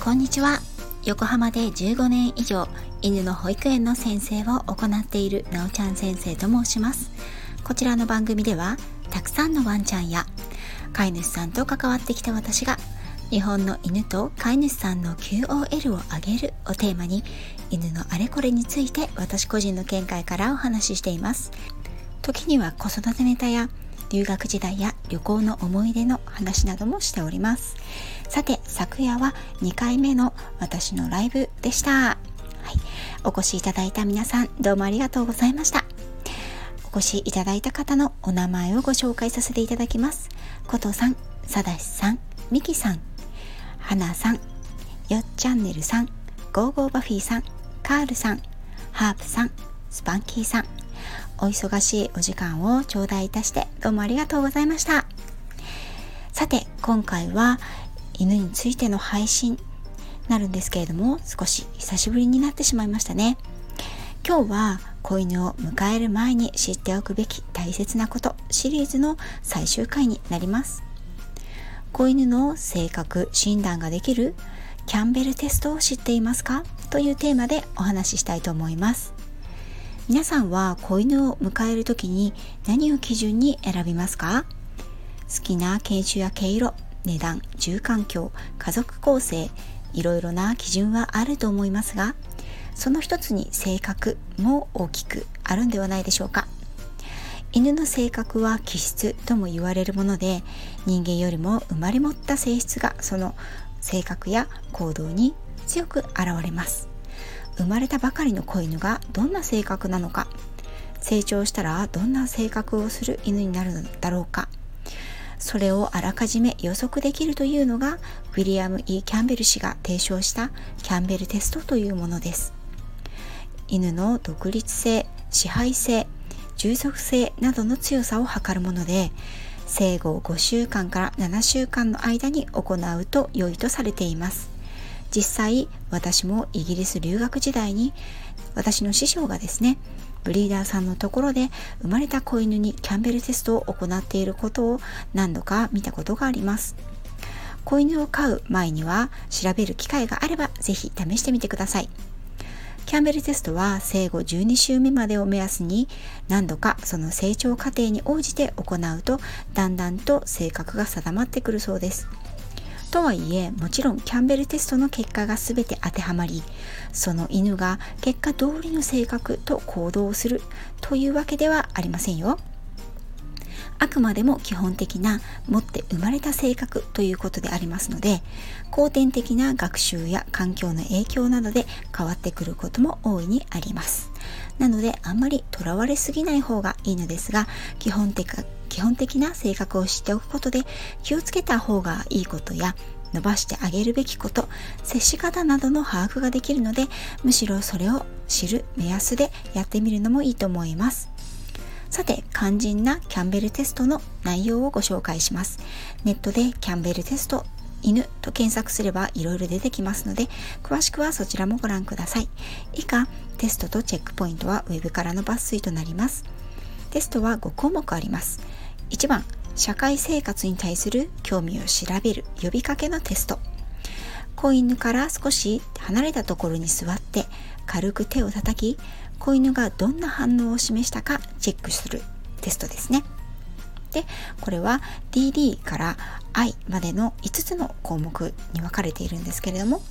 こんにちは。横浜で15年以上犬の保育園の先生を行っているなおちゃん先生と申します。こちらの番組ではたくさんのワンちゃんや飼い主さんと関わってきた私が日本の犬と飼い主さんの QOL を上げるをテーマに犬のあれこれについて私個人の見解からお話ししています。時には子育てネタや留学時代や旅行の思い出の話などもしております。さて、昨夜は2回目の私のライブでした。お越しいただいた皆さんどうもありがとうございました。お越しいただいた方のお名前をご紹介させていただきます。ことさん、さだしさん、みきさん、はなさん、よっチャンネルさん、ゴーゴーバフィーさん、カールさん、ハープさん、スパンキーさん、お忙しいお時間を頂戴いたしてどうもありがとうございました。さて、今回は犬についての配信になるんですけれども、少し久しぶりになってしまいましたね。今日は子犬を迎える前に知っておくべき大切なことシリーズの最終回になります。子犬の性格診断ができるキャンベルテストを知っていますかというテーマでお話ししたいと思います。皆さんは子犬を迎えるときに何を基準に選びますか？好きな犬種や毛色、値段、住環境、家族構成、いろいろな基準はあると思いますが、その一つに性格も大きくあるんではないでしょうか。犬の性格は気質とも言われるもので、人間よりも生まれ持った性質がその性格や行動に強く現れます。生まれたばかりの子犬がどんな性格なのか、成長したらどんな性格をする犬になるのだろうか、それをあらかじめ予測できるというのがウィリアム・キャンベル氏が提唱したキャンベルテストというものです。犬の独立性、支配性、従属性などの強さを測るもので、生後5週間から7週間の間に行うと良いとされています。実際、私もイギリス留学時代に私の師匠がですね、ブリーダーさんのところで生まれた子犬にキャンベルテストを行っていることを何度か見たことがあります。子犬を飼う前には調べる機会があればぜひ試してみてください。キャンベルテストは生後12週目までを目安に何度かその成長過程に応じて行うとだんだんと性格が定まってくるそうです。とはいえ、もちろんキャンベルテストの結果が全て当てはまり、その犬が結果通りの性格と行動をするというわけではありませんよ。あくまでも基本的な持って生まれた性格ということでありますので、後天的な学習や環境の影響などで変わってくることも大いにあります。なのであんまりとらわれすぎない方がいいのですが、基本的な性格を知っておくことで気をつけた方がいいことや伸ばしてあげるべきこと、接し方などの把握ができるので、むしろそれを知る目安でやってみるのもいいと思います。さて、肝心なキャンベルテストの内容をご紹介します。ネットでキャンベルテスト犬と検索すればいろいろ出てきますので、詳しくはそちらもご覧ください。以下、テストとチェックポイントはウェブからの抜粋となります。テストは5項目あります。1番、社会生活に対する興味を調べる呼びかけのテスト。子犬から少し離れたところに座って軽く手を叩き、子犬がどんな反応を示したかチェックするテストですね。で、これは DD から I までの5つの項目に分かれているんですけれども、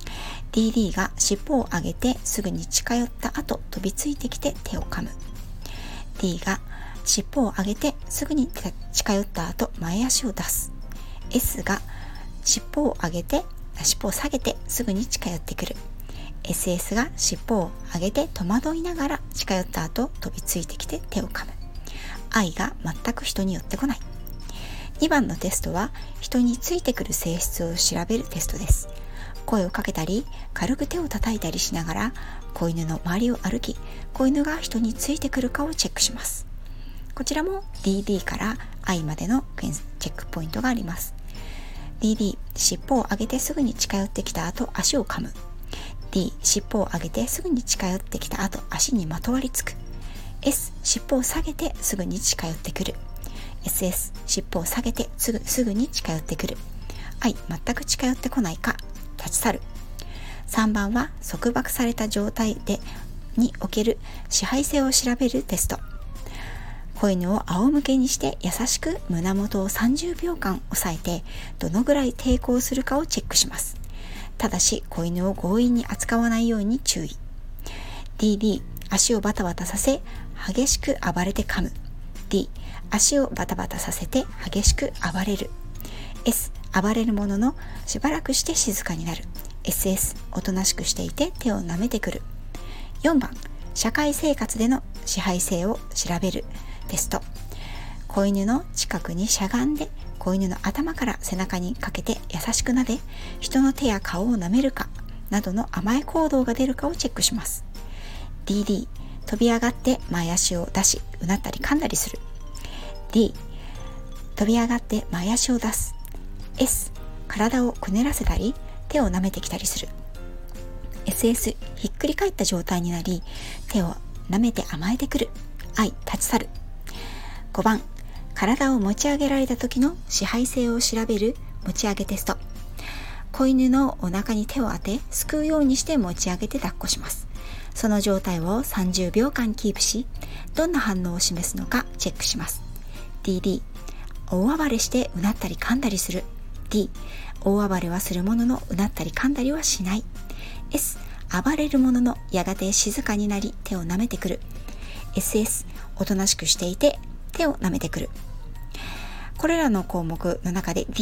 DD が尻尾を上げてすぐに近寄った後飛びついてきて手を噛む。 D が尻尾を上げてすぐに近寄った後前足を出す。 S が尻尾を下げてすぐに近寄ってくる。 SS が尻尾を上げて戸惑いながら近寄った後飛びついてきて手を噛む。 I が全く人に寄ってこない。2番のテストは人についてくる性質を調べるテストです。声をかけたり軽く手を叩いたりしながら子犬の周りを歩き、子犬が人についてくるかをチェックします。こちらも DD から I までのチェックポイントがあります。DD、尻尾を上げてすぐに近寄ってきた後足を噛む。D、尻尾を上げてすぐに近寄ってきた後足にまとわりつく。S、尻尾を下げてすぐに近寄ってくる。SS、尻尾を下げてすぐに近寄ってくる。I、全く近寄ってこないか立ち去る 3番は束縛された状態における支配性を調べるテスト。子犬を仰向けにして優しく胸元を30秒間押さえて、どのぐらい抵抗するかをチェックします。ただし子犬を強引に扱わないように注意。 DD、 足をバタバタさせ激しく暴れて噛む。 D、 足をバタバタさせて激しく暴れる。 S、 暴れるもののしばらくして静かになる。 SS、 おとなしくしていて手を舐めてくる。4番、社会生活での支配性を調べるテスト。子犬の近くにしゃがんで、子犬の頭から背中にかけて優しく撫で、人の手や顔を舐めるかなどの甘え行動が出るかをチェックします。 DD、 飛び上がって前足を出しうなったり噛んだりする。 D、 飛び上がって前足を出す。 S、 体をくねらせたり手を舐めてきたりする。 SS、 ひっくり返った状態になり手を舐めて甘えてくる。 I、 立ち去る。5番、体を持ち上げられた時の支配性を調べる持ち上げテスト。子犬のお腹に手を当て、すくうようにして持ち上げて抱っこします。その状態を30秒間キープし、どんな反応を示すのかチェックします。 DD、 大暴れしてうなったり噛んだりする。 D、 大暴れはするもののうなったり噛んだりはしない。 S、 暴れるもののやがて静かになり手を舐めてくる。 SS、 おとなしくしていて手を舐めてくる。これらの項目の中で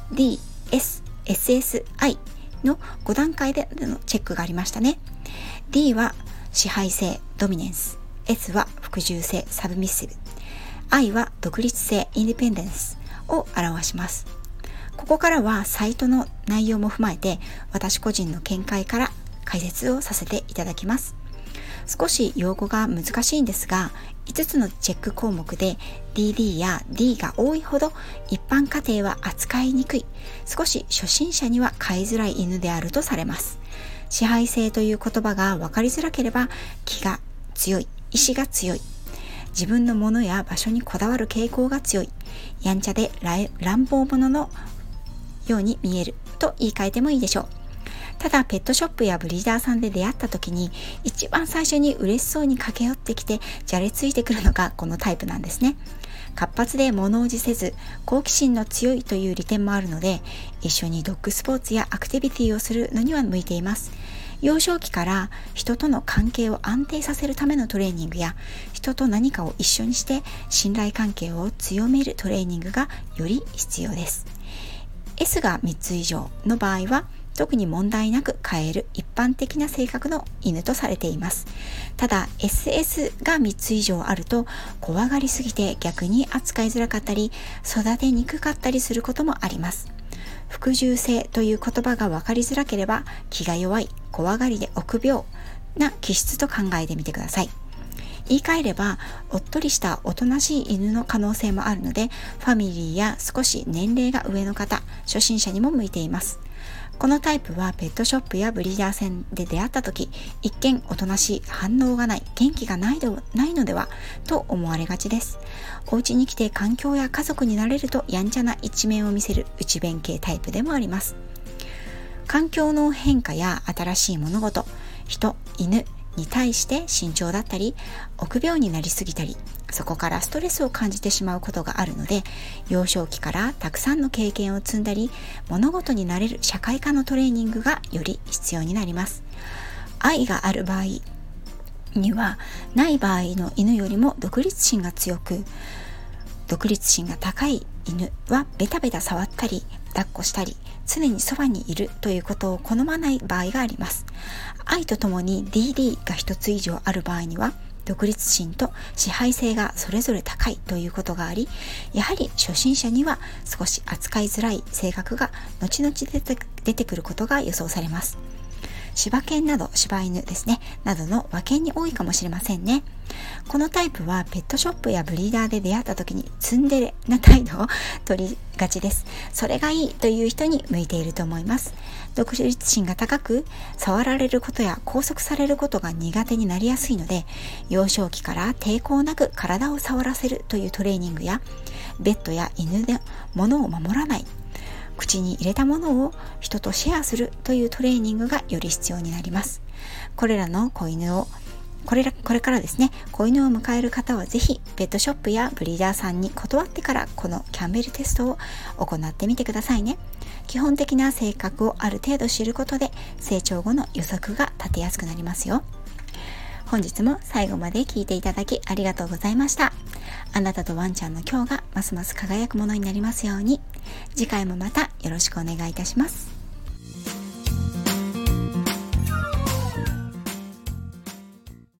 DD、D、S、SS、I の5段階でのチェックがありましたね。D は支配性、ドミネンス。S は服従性、サブミッシブ。I は独立性、インディペンデンスを表します。ここからはサイトの内容も踏まえて、私個人の見解から解説をさせていただきます。少し用語が難しいんですが、5つのチェック項目で DD や D が多いほど一般家庭は扱いにくい、少し初心者には飼いづらい犬であるとされます。支配性という言葉が分かりづらければ、気が強い、意志が強い、自分のものや場所にこだわる傾向が強い、やんちゃで乱暴者のように見えると言い換えてもいいでしょう。ただペットショップやブリーダーさんで出会った時に、一番最初に嬉しそうに駆け寄ってきてじゃれついてくるのがこのタイプなんですね。活発で物おじせず好奇心の強いという利点もあるので、一緒にドッグスポーツやアクティビティをするのには向いています。幼少期から人との関係を安定させるためのトレーニングや、人と何かを一緒にして信頼関係を強めるトレーニングがより必要です。S が3つ以上の場合は特に問題なく飼える一般的な性格の犬とされています。ただ SS が3つ以上あると怖がりすぎて逆に扱いづらかったり育てにくかったりすることもあります。服従性という言葉が分かりづらければ、気が弱い、怖がりで臆病な気質と考えてみてください。言い換えればおっとりしたおとなしい犬の可能性もあるので、ファミリーや少し年齢が上の方、初心者にも向いています。このタイプはペットショップやブリーダー戦で出会った時、一見おとなしい、反応がない、元気がないのではと思われがちです。お家に来て環境や家族になれるとやんちゃな一面を見せる内弁系タイプでもあります。環境の変化や新しい物事、人、犬に対して慎重だったり、臆病になりすぎたり、そこからストレスを感じてしまうことがあるので、幼少期からたくさんの経験を積んだり、物事になれる社会科のトレーニングがより必要になります。愛がある場合にはない場合の犬よりも独立心が強く、独立心が高い犬はベタベタ触ったり抱っこしたり常にそばにいるということを好まない場合があります。愛とともに DD が一つ以上ある場合には独立心と支配性がそれぞれ高いということがあり、やはり初心者には少し扱いづらい性格が後々出てくることが予想されます。柴犬など柴犬ですねなどの和犬に多いかもしれませんね。このタイプはペットショップやブリーダーで出会った時にツンデレな態度を取りがちです。それがいいという人に向いていると思います。独立心が高く、触られることや拘束されることが苦手になりやすいので、幼少期から抵抗なく体を触らせるというトレーニングや、ベッドや犬で物を守らない、 口に入れたものを人とシェアするというトレーニングがより必要になります。これからですね、子犬を迎える方はぜひペットショップやブリーダーさんに断ってからこのキャンベルテストを行ってみてくださいね。基本的な性格をある程度知ることで成長後の予測が立てやすくなりますよ。本日も最後まで聞いていただきありがとうございました。あなたとワンちゃんの今日がますます輝くものになりますように。次回もまたよろしくお願いいたします。